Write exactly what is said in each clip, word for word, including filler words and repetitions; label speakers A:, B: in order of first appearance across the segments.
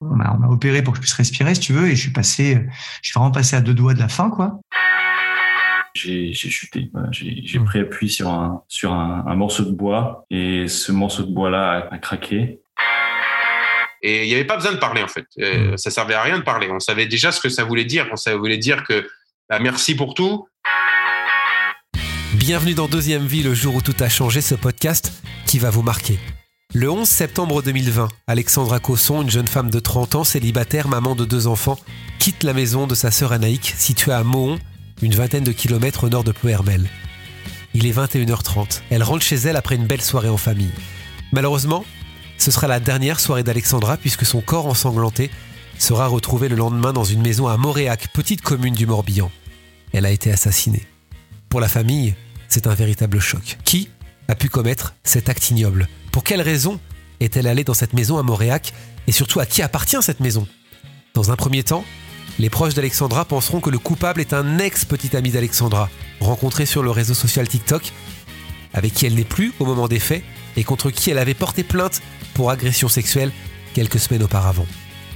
A: On m'a, on m'a opéré pour que je puisse respirer, si tu veux, et je suis passé, je suis vraiment passé à deux doigts de la fin, quoi.
B: J'ai, j'ai chuté. Voilà. J'ai, j'ai pris appui sur un sur un, un morceau de bois et ce morceau de bois-là a, a craqué.
C: Et il n'y avait pas besoin de parler, en fait. Euh, ça servait à rien de parler. On savait déjà ce que ça voulait dire. On savait, voulait dire que bah, merci pour tout.
D: Bienvenue dans Deuxième Vie, le jour où tout a changé, ce podcast qui va vous marquer. Le onze septembre deux mille vingt, Alexandra Cosson, une jeune femme de trente ans, célibataire, maman de deux enfants, quitte la maison de sa sœur Anaïk, située à Mohon, une vingtaine de kilomètres au nord de Ploërmel. Il est vingt et une heures trente. Elle rentre chez elle après une belle soirée en famille. Malheureusement, ce sera la dernière soirée d'Alexandra puisque son corps ensanglanté sera retrouvé le lendemain dans une maison à Moréac, petite commune du Morbihan. Elle a été assassinée. Pour la famille, c'est un véritable choc. Qui a pu commettre cet acte ignoble ? Pour quelle raison est-elle allée dans cette maison à Moréac ? Et surtout, à qui appartient cette maison ? Dans un premier temps, les proches d'Alexandra penseront que le coupable est un ex-petit ami d'Alexandra, rencontré sur le réseau social TikTok, avec qui elle n'est plus au moment des faits et contre qui elle avait porté plainte pour agression sexuelle quelques semaines auparavant.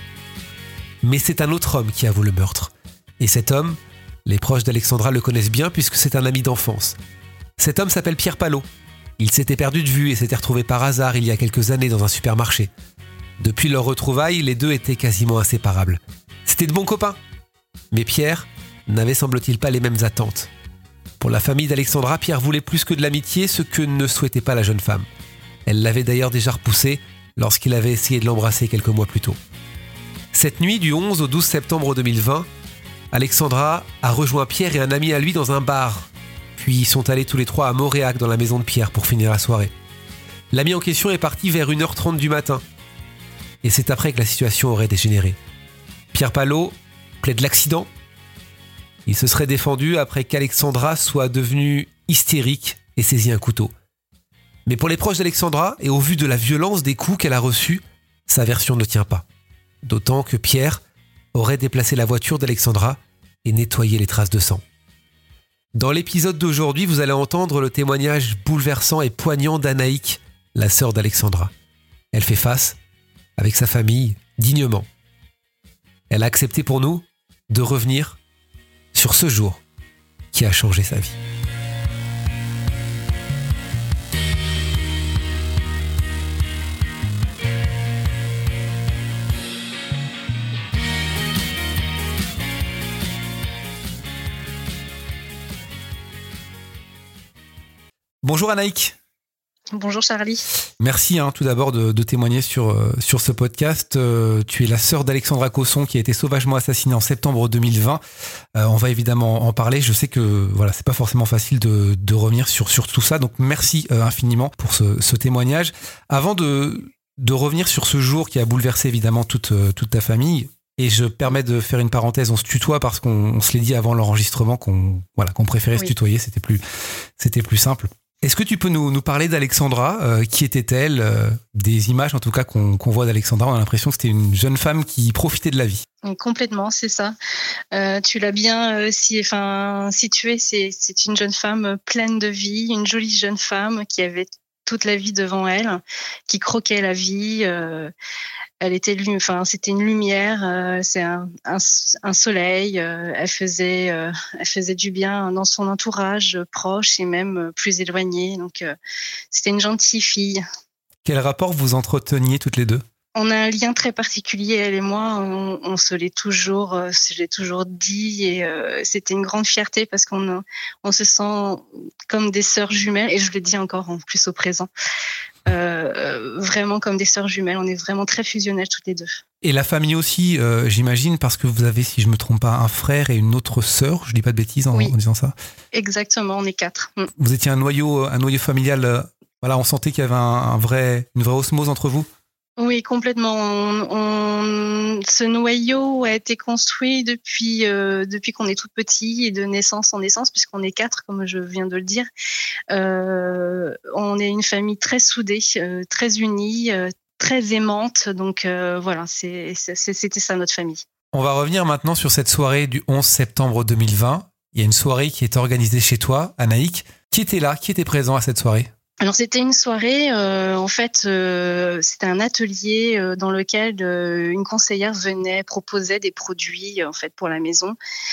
D: Mais c'est un autre homme qui avoue le meurtre. Et cet homme, les proches d'Alexandra le connaissent bien puisque c'est un ami d'enfance. Cet homme s'appelle Pierre Palot. Il s'était perdu de vue et s'était retrouvé par hasard il y a quelques années dans un supermarché. Depuis leur retrouvaille, les deux étaient quasiment inséparables. C'était de bons copains. Mais Pierre n'avait, semble-t-il, pas les mêmes attentes. Pour la famille d'Alexandra, Pierre voulait plus que de l'amitié, ce que ne souhaitait pas la jeune femme. Elle l'avait d'ailleurs déjà repoussé lorsqu'il avait essayé de l'embrasser quelques mois plus tôt. Cette nuit du onze au douze septembre deux mille vingt, Alexandra a rejoint Pierre et un ami à lui dans un bar. Puis ils sont allés tous les trois à Moréac dans la maison de Pierre pour finir la soirée. L'ami en question est parti vers une heure trente du matin. Et c'est après que la situation aurait dégénéré. Pierre Palot plaide l'accident. Il se serait défendu après qu'Alexandra soit devenue hystérique et saisit un couteau. Mais pour les proches d'Alexandra, et au vu de la violence des coups qu'elle a reçus, sa version ne tient pas. D'autant que Pierre aurait déplacé la voiture d'Alexandra et nettoyé les traces de sang. Dans l'épisode d'aujourd'hui, vous allez entendre le témoignage bouleversant et poignant d'Anaïk, la sœur d'Alexandra. Elle fait face, avec sa famille, dignement. Elle a accepté pour nous de revenir sur ce jour qui a changé sa vie. Bonjour Anaïk.
E: Bonjour Charlie.
D: Merci hein, tout d'abord de, de témoigner sur, euh, sur ce podcast. Euh, tu es la sœur d'Alexandra Cosson qui a été sauvagement assassinée en septembre deux mille vingt. Euh, on va évidemment en parler. Je sais que voilà, c'est pas forcément facile de, de revenir sur, sur tout ça. Donc merci euh, infiniment pour ce, ce témoignage. Avant de, de revenir sur ce jour qui a bouleversé évidemment toute, toute ta famille, et je permets de faire une parenthèse, on se tutoie parce qu'on on se l'est dit avant l'enregistrement qu'on, voilà, qu'on préférait oui. se tutoyer, c'était plus, c'était plus simple. Est-ce que tu peux nous, nous parler d'Alexandra ? euh, Qui était-elle ? euh, Des images en tout cas qu'on, qu'on voit d'Alexandra, on a l'impression que c'était une jeune femme qui profitait de la vie.
E: Complètement, c'est ça. Euh, tu l'as bien euh, si, enfin, situé, c'est, c'est une jeune femme pleine de vie, une jolie jeune femme qui avait toute la vie devant elle, qui croquait la vie. Euh, elle était, enfin, c'était une lumière, euh, c'est un, un, un soleil. Euh, elle faisait, euh, elle faisait du bien dans son entourage proche et même plus éloigné. Donc, euh, c'était une gentille fille.
D: Quel rapport vous entreteniez toutes les deux ?
E: On a un lien très particulier, elle et moi. On, on se l'est toujours, euh, je l'ai toujours dit, et euh, c'était une grande fierté parce qu'on on se sent comme des sœurs jumelles. Et je le dis encore en plus au présent. Euh, vraiment comme des sœurs jumelles, on est vraiment très fusionnelles toutes les deux.
D: Et la famille aussi, euh, j'imagine, parce que vous avez, si je me trompe pas, un frère et une autre sœur, je dis pas de bêtises en,
E: oui.
D: en disant ça.
E: Exactement, on est quatre. Mm.
D: Vous étiez un noyau, un noyau familial, euh, voilà, on sentait qu'il y avait un, un vrai, une vraie osmose entre vous.
E: Oui, complètement. On, on, ce noyau a été construit depuis euh, depuis qu'on est tout petit et de naissance en naissance, puisqu'on est quatre, comme je viens de le dire. Euh, on est une famille très soudée, euh, très unie, euh, très aimante. Donc euh, voilà, c'est, c'est, c'était ça notre famille.
D: On va revenir maintenant sur cette soirée du onze septembre deux mille vingt. Il y a une soirée qui est organisée chez toi, Anaïk. Qui était là ? Qui était présent à cette soirée ?
E: Alors c'était une soirée, euh, en fait, euh, c'était un atelier euh, dans lequel euh, une conseillère venait proposer des produits en fait pour la maison,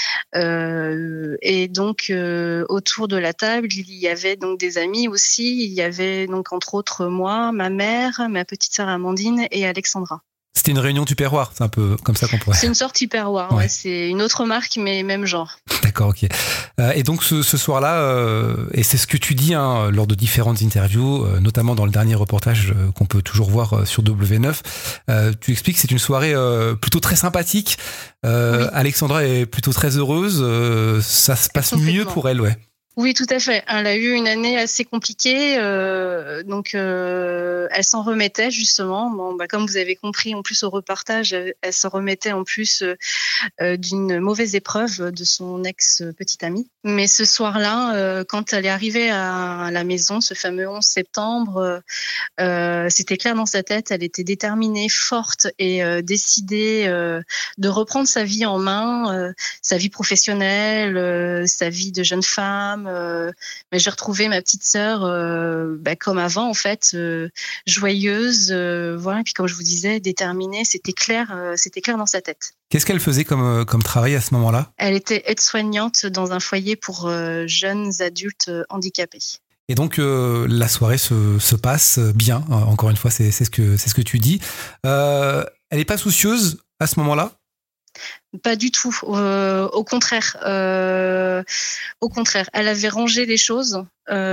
E: euh, et donc euh, autour de la table il y avait donc des amis aussi. Il y avait donc entre autres moi, ma mère, ma petite sœur Amandine et Alexandra.
D: C'était une réunion Tupperware, c'est un peu comme ça qu'on pourrait.
E: C'est une sorte Tupperware, ouais. Ouais, c'est une autre marque mais même genre.
D: D'accord, ok. Euh, et donc ce, ce soir-là, euh, et c'est ce que tu dis hein, lors de différentes interviews, euh, notamment dans le dernier reportage euh, qu'on peut toujours voir euh, sur W neuf, euh, tu expliques que c'est une soirée euh, plutôt très sympathique. Euh, oui. Alexandra est plutôt très heureuse, euh, ça se passe mieux pour elle, ouais.
E: Oui, tout à fait. Elle a eu une année assez compliquée, euh, donc euh, elle s'en remettait justement. Bon, bah, comme vous avez compris, en plus au reportage, elle, elle s'en remettait en plus euh, d'une mauvaise épreuve de son ex-petite amie. Mais ce soir-là, euh, quand elle est arrivée à, à la maison, ce fameux onze septembre, euh, c'était clair dans sa tête. Elle était déterminée, forte et euh, décidée euh, de reprendre sa vie en main, euh, sa vie professionnelle, euh, sa vie de jeune femme. Euh, mais j'ai retrouvé ma petite sœur euh, bah, comme avant en fait, euh, joyeuse, euh, voilà. Et puis comme je vous disais, déterminée. C'était clair, euh, c'était clair dans sa tête.
D: Qu'est-ce qu'elle faisait comme comme travail à ce moment-là ?
E: Elle était aide-soignante dans un foyer pour euh, jeunes adultes handicapés.
D: Et donc euh, la soirée se, se passe bien. Encore une fois, c'est, c'est ce que c'est ce que tu dis. Euh, elle n'est pas soucieuse à ce moment-là ?
E: Pas du tout. Euh, au contraire, euh, au contraire, elle avait rangé les choses.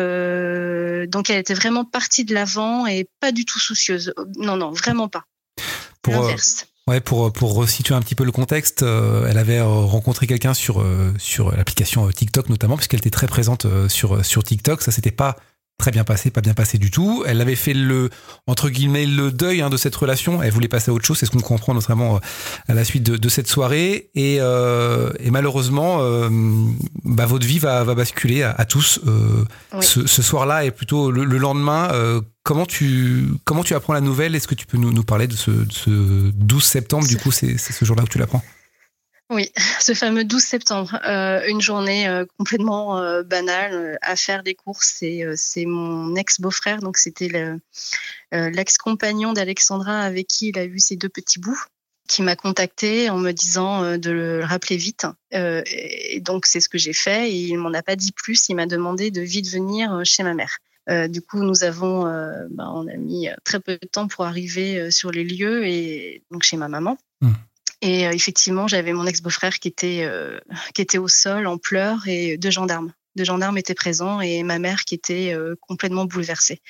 E: Euh, donc elle était vraiment partie de l'avant et pas du tout soucieuse. Non, non, vraiment pas.
D: Pour,
E: L'inverse.
D: Euh, ouais, pour pour resituer un petit peu le contexte, euh, elle avait rencontré quelqu'un sur euh, sur l'application TikTok notamment, puisqu'elle était très présente euh, sur sur TikTok. Ça s'était pas très bien passé, pas bien passé du tout. Elle avait fait le, entre guillemets, le deuil hein, de cette relation. Elle voulait passer à autre chose. C'est ce qu'on comprend notamment euh, à la suite de, de cette soirée. Et, euh, et malheureusement, euh, bah, votre vie va, va basculer à, à tous. Euh, oui. ce, ce soir-là et plutôt le, le lendemain. Euh, comment tu comment tu apprends la nouvelle ? Est-ce que tu peux nous, nous parler de ce, de ce douze septembre ? Du coup, c'est, c'est ce jour-là où tu l'apprends ?
E: Oui, ce fameux douze septembre, euh, une journée euh, complètement euh, banale euh, à faire des courses. C'est, euh, c'est mon ex-beau-frère, donc c'était le, euh, l'ex-compagnon d'Alexandra avec qui il a eu ses deux petits bouts, qui m'a contacté en me disant euh, de le rappeler vite. Euh, et donc c'est ce que j'ai fait et il m'en a pas dit plus. Il m'a demandé de vite venir chez ma mère. Euh, du coup, nous avons, euh, bah, on a mis très peu de temps pour arriver sur les lieux et donc chez ma maman. Mmh. Et euh, effectivement, j'avais mon ex-beau-frère qui était euh, qui était au sol en pleurs et deux gendarmes. Deux gendarmes étaient présents et ma mère qui était euh, complètement bouleversée.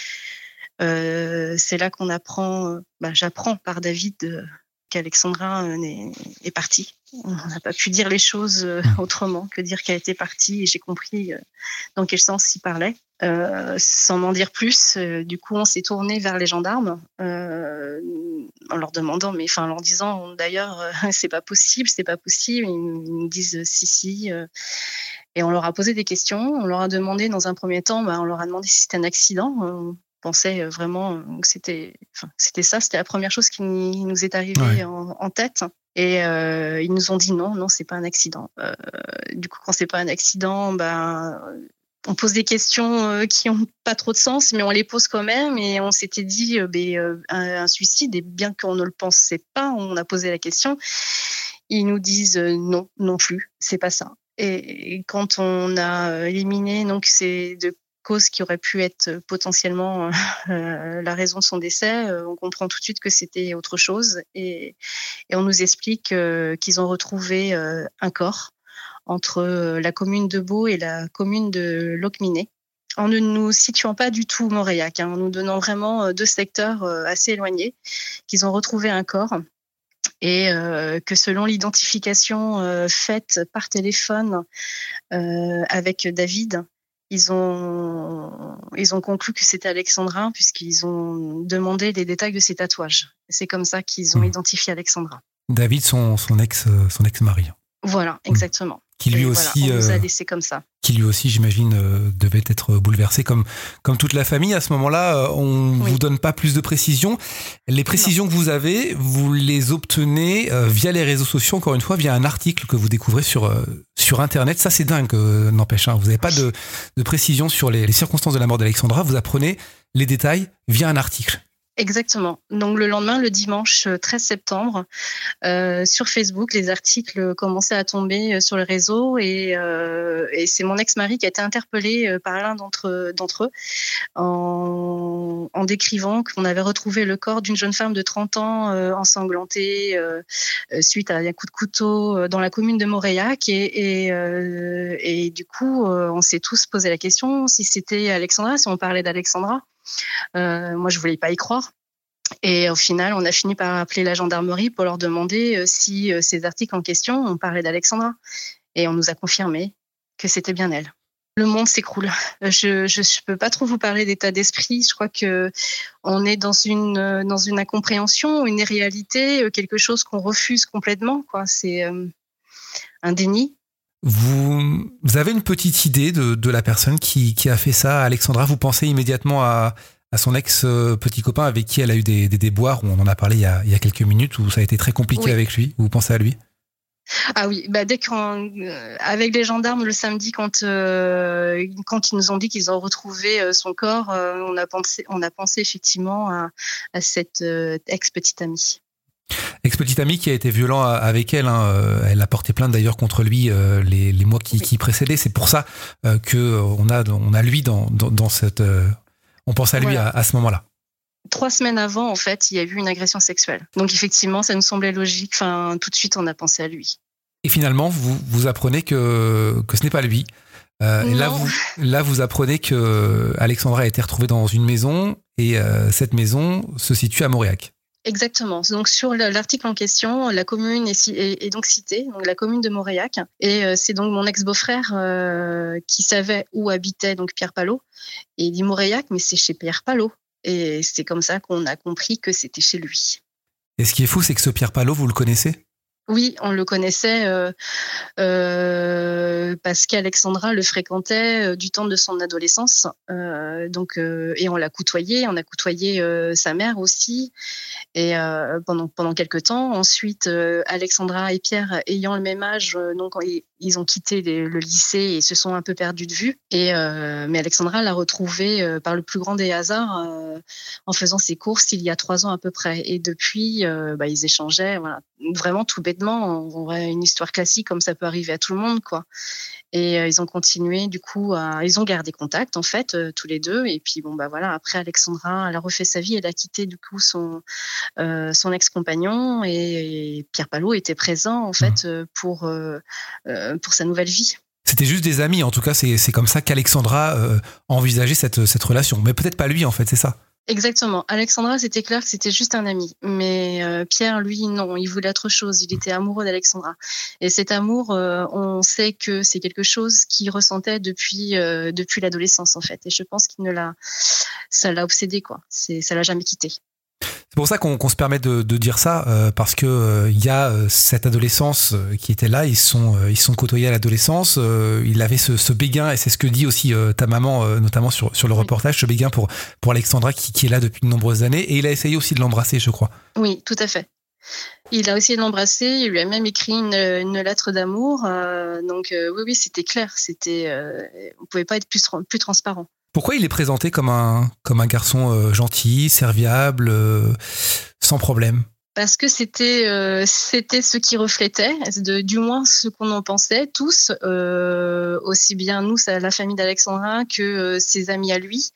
E: Euh, c'est là qu'on apprend, bah, j'apprends par David euh, qu'Alexandra euh, est, est partie. On n'a pas pu dire les choses euh, autrement que dire qu'elle était partie et j'ai compris euh, dans quel sens il parlait. Euh, sans m'en dire plus, euh, du coup, on s'est tourné vers les gendarmes euh, en leur demandant, mais enfin, en leur disant d'ailleurs, euh, c'est pas possible, c'est pas possible. Ils nous disent si, si. Euh, et on leur a posé des questions. On leur a demandé, dans un premier temps, bah, on leur a demandé si c'était un accident. On pensait vraiment que c'était, enfin, c'était ça, c'était la première chose qui nous est arrivée ouais. en, en tête. Et euh, ils nous ont dit non, non, c'est pas un accident. Euh, du coup, quand c'est pas un accident, ben. On pose des questions qui n'ont pas trop de sens, mais on les pose quand même. Et on s'était dit euh, ben, euh, un, un suicide, et bien qu'on ne le pensait pas, on a posé la question. Ils nous disent euh, non, non plus, c'est pas ça. Et, et quand on a éliminé donc ces deux causes qui auraient pu être potentiellement euh, la raison de son décès, euh, on comprend tout de suite que c'était autre chose. Et, et on nous explique euh, qu'ils ont retrouvé euh, un corps entre la commune de Beau et la commune de Locminé, en ne nous situant pas du tout Mauriac, hein, en nous donnant vraiment deux secteurs assez éloignés, qu'ils ont retrouvé un corps et euh, que selon l'identification euh, faite par téléphone euh, avec David, ils ont, ils ont conclu que c'était Alexandra puisqu'ils ont demandé les détails de ses tatouages. C'est comme ça qu'ils ont mmh. identifié Alexandra.
D: David, son, son, ex, son ex-mari.
E: Voilà, exactement.
D: Qui lui
E: et
D: aussi,
E: voilà, on nous a
D: euh,
E: laissé comme ça.
D: Qui lui aussi, j'imagine, euh, devait être bouleversé comme comme toute la famille. À ce moment-là, on oui. vous donne pas plus de précisions. Les précisions non. que vous avez, vous les obtenez euh, via les réseaux sociaux. Encore une fois, via un article que vous découvrez sur euh, sur Internet. Ça, c'est dingue, euh, n'empêche. Hein. Vous n'avez pas de, de précision sur les, les circonstances de la mort d'Alexandra. Vous apprenez les détails via un article.
E: Exactement. Donc le lendemain, le dimanche treize septembre, euh, sur Facebook, les articles commençaient à tomber sur le réseau et, euh, et c'est mon ex-mari qui a été interpellé par l'un d'entre, d'entre eux en, en décrivant qu'on avait retrouvé le corps d'une jeune femme de trente ans euh, ensanglantée euh, suite à un coup de couteau dans la commune de Moréac et, et, euh, et du coup, on s'est tous posé la question si c'était Alexandra, si on parlait d'Alexandra. Euh, moi, je voulais pas y croire. Et au final, on a fini par appeler la gendarmerie pour leur demander si euh, ces articles en question, on parlait d'Alexandra. Et on nous a confirmé que c'était bien elle. Le monde s'écroule. Je je, je peux pas trop vous parler d'état d'esprit. Je crois que on est dans une dans une incompréhension, une irréalité, quelque chose qu'on refuse complètement. Quoi. C'est euh, un déni.
D: Vous, vous avez une petite idée de, de la personne qui, qui a fait ça, Alexandra. Vous pensez immédiatement à, à son ex-petit copain avec qui elle a eu des, des déboires, où on en a parlé il y a, il y a quelques minutes, où ça a été très compliqué oui. avec lui. Vous pensez à lui ?
E: Ah oui, bah dès qu'on, euh, avec les gendarmes le samedi, quand euh, quand ils nous ont dit qu'ils ont retrouvé euh, son corps, euh, on a pensé, on a pensé effectivement à, à cette euh, ex-petite amie.
D: Ex-petite amie qui a été violent avec elle, hein. Elle a porté plainte d'ailleurs contre lui euh, les, les mois qui, oui. qui précédaient. C'est pour ça euh, que on a on a lui dans dans, dans cette euh, on pense à lui voilà. à, à ce moment-là.
E: Trois semaines avant, en fait, il y a eu une agression sexuelle. Donc effectivement, ça nous semblait logique. Enfin, tout de suite, on a pensé à lui.
D: Et finalement, vous vous apprenez que que ce n'est pas lui. Euh, et là, vous là vous apprenez que Alexandra a été retrouvée dans une maison et euh, cette maison se situe à Moréac.
E: Exactement. Donc sur l'article en question, la commune est, est, est donc citée, donc la commune de Moréac, et euh, c'est donc mon ex-beau-frère euh, qui savait où habitait donc Pierre Palot, et il dit Moréac, mais c'est chez Pierre Palot, et c'est comme ça qu'on a compris que c'était chez lui.
D: Et ce qui est fou, c'est que ce Pierre Palot, vous le connaissez ?
E: Oui, on le connaissait euh, euh, parce qu'Alexandra le fréquentait euh, du temps de son adolescence, euh, donc euh, et on l'a côtoyé, on a côtoyé euh, sa mère aussi, et euh, pendant pendant quelques temps. Ensuite, euh, Alexandra et Pierre ayant le même âge, euh, donc ils, ils ont quitté les, le lycée et se sont un peu perdus de vue. Et euh, mais Alexandra l'a retrouvé euh, par le plus grand des hasards euh, en faisant ses courses il y a trois ans à peu près. Et depuis, euh, bah, ils échangeaient, voilà, vraiment tout bêtement. On aurait une histoire classique comme ça peut arriver à tout le monde, quoi. Et euh, ils ont continué, du coup, à, ils ont gardé contact en fait euh, tous les deux. Et puis bon bah voilà, après Alexandra, elle a refait sa vie, elle a quitté du coup son euh, son ex-compagnon et, et Pierre Palot était présent en fait euh, pour euh, pour sa nouvelle vie.
D: C'était juste des amis, en tout cas, c'est c'est comme ça qu'Alexandra euh, envisageait cette cette relation, mais peut-être pas lui en fait, c'est ça.
E: Exactement. Alexandra, c'était clair que c'était juste un ami. Mais euh, Pierre, lui, non, il voulait autre chose. Il était amoureux d'Alexandra. Et cet amour, euh, on sait que c'est quelque chose qu'il ressentait depuis euh, depuis l'adolescence, en fait. Et je pense qu'il ne l'a, ça l'a obsédé, quoi. C'est, ça l'a jamais quitté.
D: C'est pour ça qu'on, qu'on se permet de, de dire ça, euh, parce que euh, il y a euh, cette adolescence euh, qui était là, ils sont euh, ils sont côtoyés à l'adolescence, euh, il avait ce, ce béguin, et c'est ce que dit aussi euh, ta maman, euh, notamment sur sur le reportage, ce béguin pour pour Alexandra qui, qui est là depuis de nombreuses années, et il a essayé aussi de l'embrasser, je crois.
E: Oui, tout à fait. Il a essayé de l'embrasser, il lui a même écrit une, une lettre d'amour, euh, donc euh, oui oui, c'était clair, c'était, euh, on pouvait pas être plus plus transparent.
D: Pourquoi il est présenté comme un, comme un garçon euh, gentil, serviable, euh, sans problème ?
E: Parce que c'était, euh, c'était ce qui reflétait, de, du moins ce qu'on en pensait tous, euh, aussi bien nous, la famille d'Alexandra, que euh, ses amis à lui.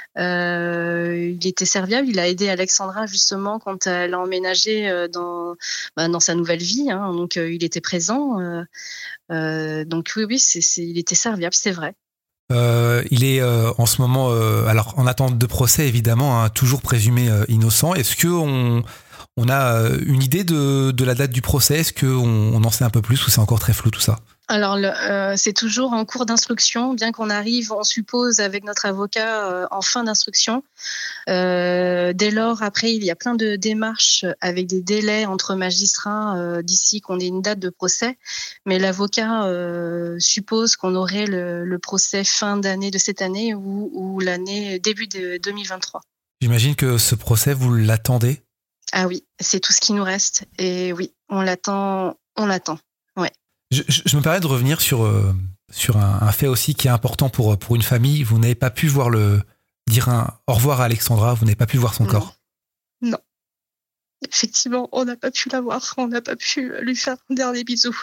E: Euh, il était serviable, il a aidé Alexandra justement quand elle a emménagé dans, bah, dans sa nouvelle vie, hein, donc euh, il était présent. Euh, euh, donc oui, oui, c'est, c'est, il était serviable, c'est vrai.
D: Euh, il est euh, en ce moment, euh, alors en attente de procès évidemment, hein, toujours présumé euh, innocent. Est-ce que on, on a euh, une idée de, de la date du procès ? Est-ce que on, on en sait un peu plus ou c'est encore très flou tout ça ?
E: Alors, le, euh, c'est toujours en cours d'instruction, bien qu'on arrive, on suppose, avec notre avocat euh, en fin d'instruction. Euh, dès lors, après, il y a plein de démarches avec des délais entre magistrats euh, d'ici qu'on ait une date de procès. Mais l'avocat euh, suppose qu'on aurait le, le procès fin d'année de cette année ou, ou l'année début de deux mille vingt-trois.
D: J'imagine que ce procès, vous l'attendez ?
E: Ah oui, c'est tout ce qui nous reste. Et oui, on l'attend, on l'attend. Ouais.
D: Je, je, je me permets de revenir sur, euh, sur un, un fait aussi qui est important pour, pour une famille. Vous n'avez pas pu voir le, dire un au revoir à Alexandra, vous n'avez pas pu voir son
E: non.
D: corps.
E: Non. Effectivement, on n'a pas pu la voir, on n'a pas pu lui faire un dernier bisou.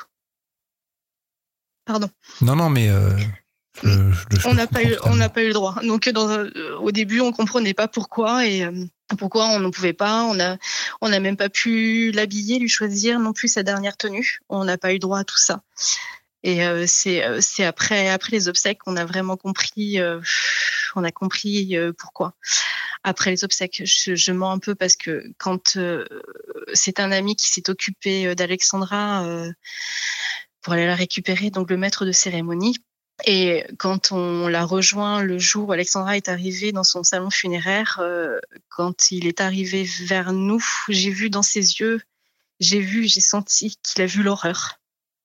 E: Pardon.
D: Non, non, mais... Euh... Je, je, je
E: on n'a pas eu, on n'a pas eu le droit. Donc dans, euh, au début, on comprenait pas pourquoi et euh, pourquoi on ne pouvait pas. On a, on n'a même pas pu l'habiller, lui choisir non plus sa dernière tenue. On n'a pas eu le droit à tout ça. Et euh, c'est, euh, c'est après, après les obsèques qu'on a vraiment compris. Euh, on a compris euh, pourquoi. Après les obsèques, je, je mens un peu parce que quand euh, c'est un ami qui s'est occupé d'Alexandra euh, pour aller la récupérer, donc le maître de cérémonie. Et quand on l'a rejoint le jour où Alexandra est arrivée dans son salon funéraire, euh, quand il est arrivé vers nous, j'ai vu dans ses yeux, j'ai vu, j'ai senti qu'il a vu l'horreur.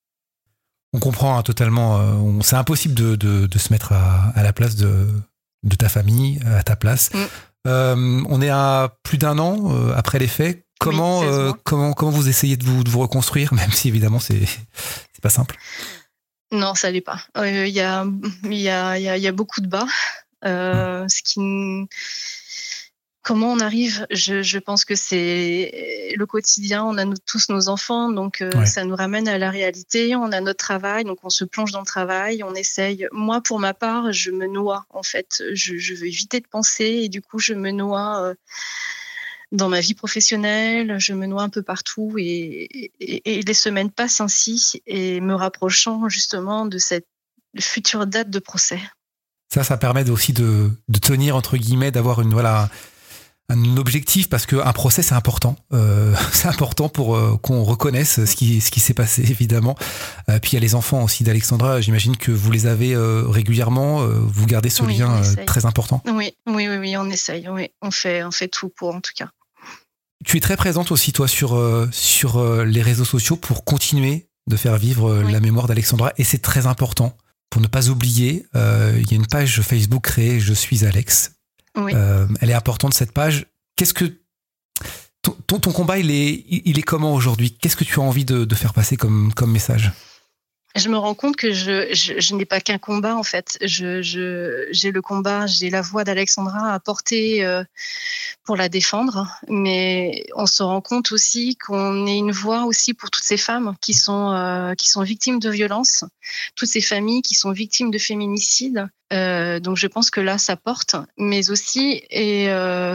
D: On comprend hein, totalement. Euh, on, c'est impossible de, de, de se mettre à, à la place de, de ta famille, à ta place. Mm. Euh, on est à plus d'un an euh, après les faits. Comment, oui, euh, comment, comment vous essayez de vous, de vous reconstruire, même si évidemment c'est, c'est pas simple.
E: Non, ça l'est pas. Il euh, y, a, y, a, y, a, y a beaucoup de bas. Euh, ce qui... Comment on arrive je, je pense que c'est le quotidien. On a nous, tous nos enfants, donc euh, ouais. ça nous ramène à la réalité. On a notre travail, donc on se plonge dans le travail. On essaye. Moi, pour ma part, je me noie. En fait, je, je veux éviter de penser et du coup, je me noie euh, dans ma vie professionnelle. Je me noie un peu partout et, et, et les semaines passent ainsi et me rapprochant justement de cette future date de procès.
D: Ça, ça permet aussi de, de tenir entre guillemets, d'avoir une voilà. un objectif parce qu'un procès c'est important euh, c'est important pour euh, qu'on reconnaisse ce qui, ce qui s'est passé évidemment euh, puis il y a les enfants aussi d'Alexandra, j'imagine que vous les avez euh, régulièrement, euh, vous gardez ce oui, lien euh, très important.
E: Oui, oui, oui, oui, on essaye, oui. on, fait, on fait tout pour en tout cas.
D: Tu es très présente aussi toi sur, euh, sur euh, les réseaux sociaux pour continuer de faire vivre euh, oui. la mémoire d'Alexandra et c'est très important pour ne pas oublier, euh, il y a une page Facebook créée Je suis Alex. Oui. Euh, elle est importante cette page. Qu'est-ce que ton, ton, ton combat il est, il est comment aujourd'hui ? Qu'est-ce que tu as envie de, de faire passer comme, comme message ?
E: Je me rends compte que je, je, je n'ai pas qu'un combat en fait. Je, je, j'ai le combat, j'ai la voix d'Alexandra à porter euh, pour la défendre, mais on se rend compte aussi qu'on est une voix aussi pour toutes ces femmes qui sont euh, qui sont victimes de violences, toutes ces familles qui sont victimes de féminicide. Euh, donc je pense que là ça porte, mais aussi et euh,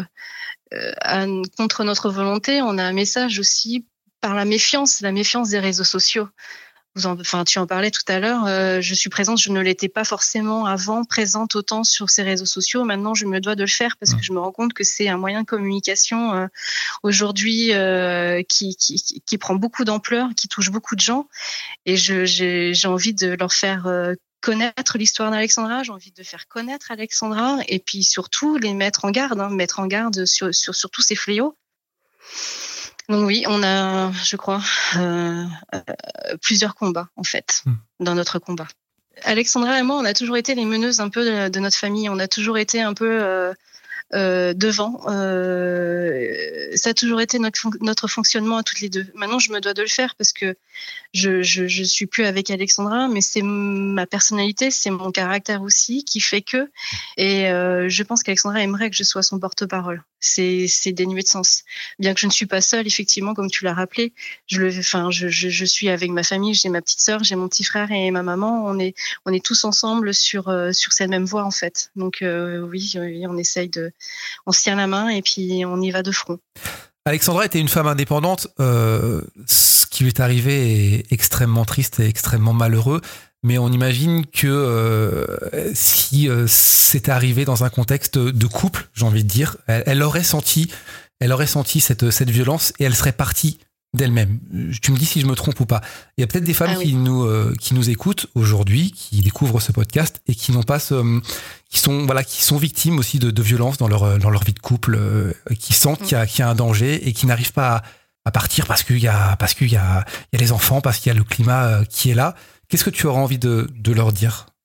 E: euh, contre notre volonté, on a un message aussi par la méfiance, la méfiance des réseaux sociaux. Vous en, enfin, tu en parlais tout à l'heure. Euh, je suis présente, je ne l'étais pas forcément avant présente autant sur ces réseaux sociaux. Maintenant, je me dois de le faire parce que je me rends compte que c'est un moyen de communication euh, aujourd'hui euh, qui, qui, qui prend beaucoup d'ampleur, qui touche beaucoup de gens. Et je, j'ai, j'ai envie de leur faire euh, connaître l'histoire d'Alexandra. J'ai envie de faire connaître Alexandra et puis surtout les mettre en garde, hein, mettre en garde sur, sur, sur tous ces fléaux. Donc oui, on a, je crois, euh, euh, plusieurs combats en fait mmh. dans notre combat. Alexandra et moi, on a toujours été les meneuses un peu de, de notre famille. On a toujours été un peu euh, euh, devant. Euh, ça a toujours été notre, notre fonctionnement à toutes les deux. Maintenant, je me dois de le faire parce que je, je, je suis plus avec Alexandra, mais c'est ma personnalité, c'est mon caractère aussi qui fait que. Et euh, je pense qu'Alexandra aimerait que je sois son porte-parole. C'est, c'est dénué de sens. Bien que je ne suis pas seule, effectivement, comme tu l'as rappelé, je le, enfin, je, je, je suis avec ma famille, j'ai ma petite sœur, j'ai mon petit frère et ma maman. On est, on est tous ensemble sur, euh, sur cette même voie, en fait. Donc, euh, oui, oui, on essaye de, on se tient la main et puis on y va de front.
D: Alexandra était une femme indépendante. Euh, ce qui lui est arrivé est extrêmement triste et extrêmement malheureux. Mais on imagine que euh, si euh, c'était arrivé dans un contexte de couple, j'ai envie de dire, elle, elle aurait senti, elle aurait senti cette, cette violence et elle serait partie d'elle-même. Tu me dis si je me trompe ou pas. Il y a peut-être des femmes ah oui. qui nous euh, qui nous écoutent aujourd'hui, qui découvrent ce podcast et qui n'ont pas ce, qui sont voilà, qui sont victimes aussi de, de violences dans leur dans leur vie de couple, euh, qui sentent mmh. qu'il y a qu'il y a un danger et qui n'arrivent pas à, à partir parce qu'il y a parce qu'il y a il y a les enfants, parce qu'il y a le climat qui est là. Qu'est-ce que tu auras envie de, de leur dire ?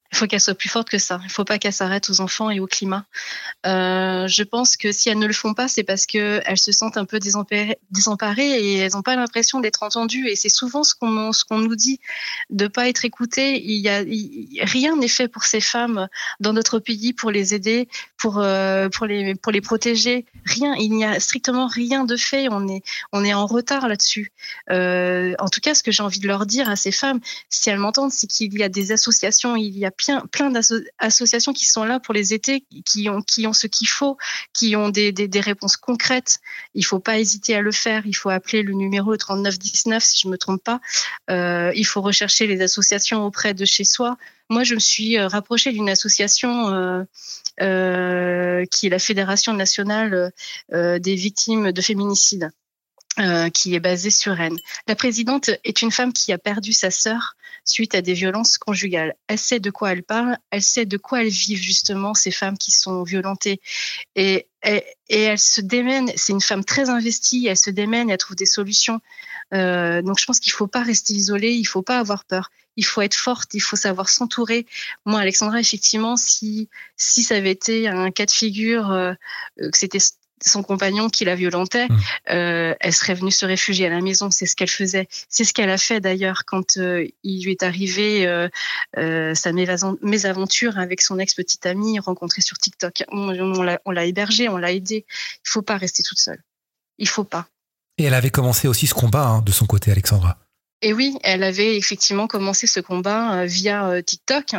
E: Il faut qu'elles soient plus fortes que ça. Il ne faut pas qu'elles s'arrêtent aux enfants et au climat. Euh, je pense que si elles ne le font pas, c'est parce qu'elles se sentent un peu désemparées, désemparées et elles n'ont pas l'impression d'être entendues. Et c'est souvent ce qu'on, ce qu'on nous dit, de ne pas être écoutées. Il y a, il, rien n'est fait pour ces femmes dans notre pays pour les aider, pour, euh, pour, les, pour les protéger. Rien. Il n'y a strictement rien de fait. On est, on est en retard là-dessus. Euh, en tout cas, ce que j'ai envie de leur dire à ces femmes, si elles m'entendent, c'est qu'il y a des associations, il y a plein, plein d'associations qui sont là pour les aider, qui ont, qui ont ce qu'il faut, qui ont des, des, des réponses concrètes. Il ne faut pas hésiter à le faire. Il faut appeler le numéro trente-neuf dix-neuf, si je ne me trompe pas. Euh, il faut rechercher les associations auprès de chez soi. Moi, je me suis rapprochée d'une association euh, euh, qui est la Fédération nationale euh, des victimes de féminicide. Euh, qui est basée sur Rennes. La présidente est une femme qui a perdu sa sœur suite à des violences conjugales. Elle sait de quoi elle parle, elle sait de quoi elles vivent justement, ces femmes qui sont violentées. Et, et, et elle se démène, c'est une femme très investie, elle se démène, elle trouve des solutions. Euh, donc je pense qu'il ne faut pas rester isolé, il ne faut pas avoir peur. Il faut être forte, il faut savoir s'entourer. Moi, Alexandra, effectivement, si, si ça avait été un cas de figure, euh, que c'était son compagnon qui la violentait, mmh. euh, elle serait venue se réfugier à la maison. C'est ce qu'elle faisait. C'est ce qu'elle a fait d'ailleurs quand euh, il lui est arrivé euh, euh, sa mésaventure avec son ex-petite amie rencontrée sur TikTok. On, on, l'a, on l'a hébergée, on l'a aidée. Il ne faut pas rester toute seule. Il ne faut pas.
D: Et elle avait commencé aussi ce combat hein, de son côté, Alexandra.
E: Et oui, elle avait effectivement commencé ce combat via TikTok,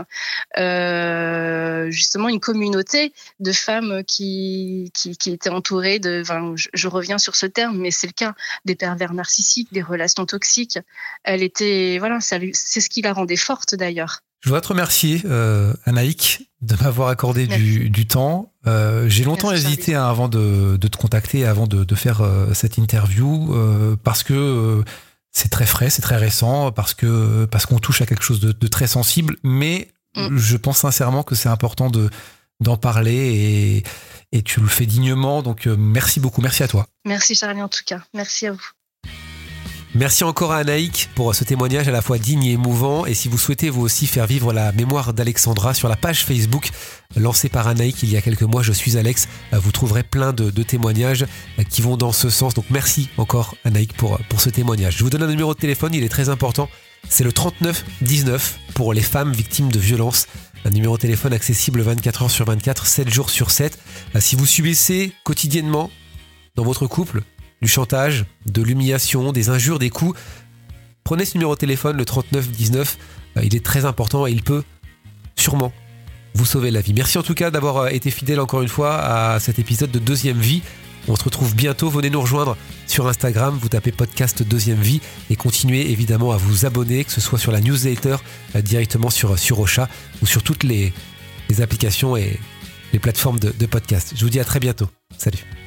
E: euh, justement une communauté de femmes qui qui, qui étaient entourées de, enfin, je, je reviens sur ce terme, mais c'est le cas, des pervers narcissiques, des relations toxiques. Elle était, voilà, ça, c'est ce qui la rendait forte d'ailleurs.
D: Je voudrais te remercier, euh, Anaïk, de m'avoir accordé du, du temps. Euh, j'ai longtemps Merci, hésité hein, avant de, de te contacter, avant de, de faire euh, cette interview, euh, parce que euh, c'est très frais, c'est très récent, parce que parce qu'on touche à quelque chose de, de très sensible, mais mm. je pense sincèrement que c'est important de d'en parler et, et tu le fais dignement, donc euh, merci beaucoup, merci à toi.
E: Merci Charlie en tout cas, merci à vous.
D: Merci encore à Anaïk pour ce témoignage à la fois digne et émouvant. Et si vous souhaitez vous aussi faire vivre la mémoire d'Alexandra sur la page Facebook lancée par Anaïk il y a quelques mois, Je suis Alex, vous trouverez plein de, de témoignages qui vont dans ce sens. Donc merci encore Anaïk pour, pour ce témoignage. Je vous donne un numéro de téléphone, il est très important. C'est le trente-neuf dix-neuf pour les femmes victimes de violences. Un numéro de téléphone accessible vingt-quatre heures sur vingt-quatre, sept jours sur sept. Si vous subissez quotidiennement dans votre couple du chantage, de l'humiliation, des injures, des coups, prenez ce numéro de téléphone, le trente-neuf dix-neuf. Il est très important et il peut sûrement vous sauver la vie. Merci en tout cas d'avoir été fidèle encore une fois à cet épisode de Deuxième Vie. On se retrouve bientôt. Venez nous rejoindre sur Instagram. Vous tapez podcast Deuxième Vie et continuez évidemment à vous abonner, que ce soit sur la newsletter, directement sur, sur Ocha ou sur toutes les, les applications et les plateformes de, de podcast. Je vous dis à très bientôt. Salut.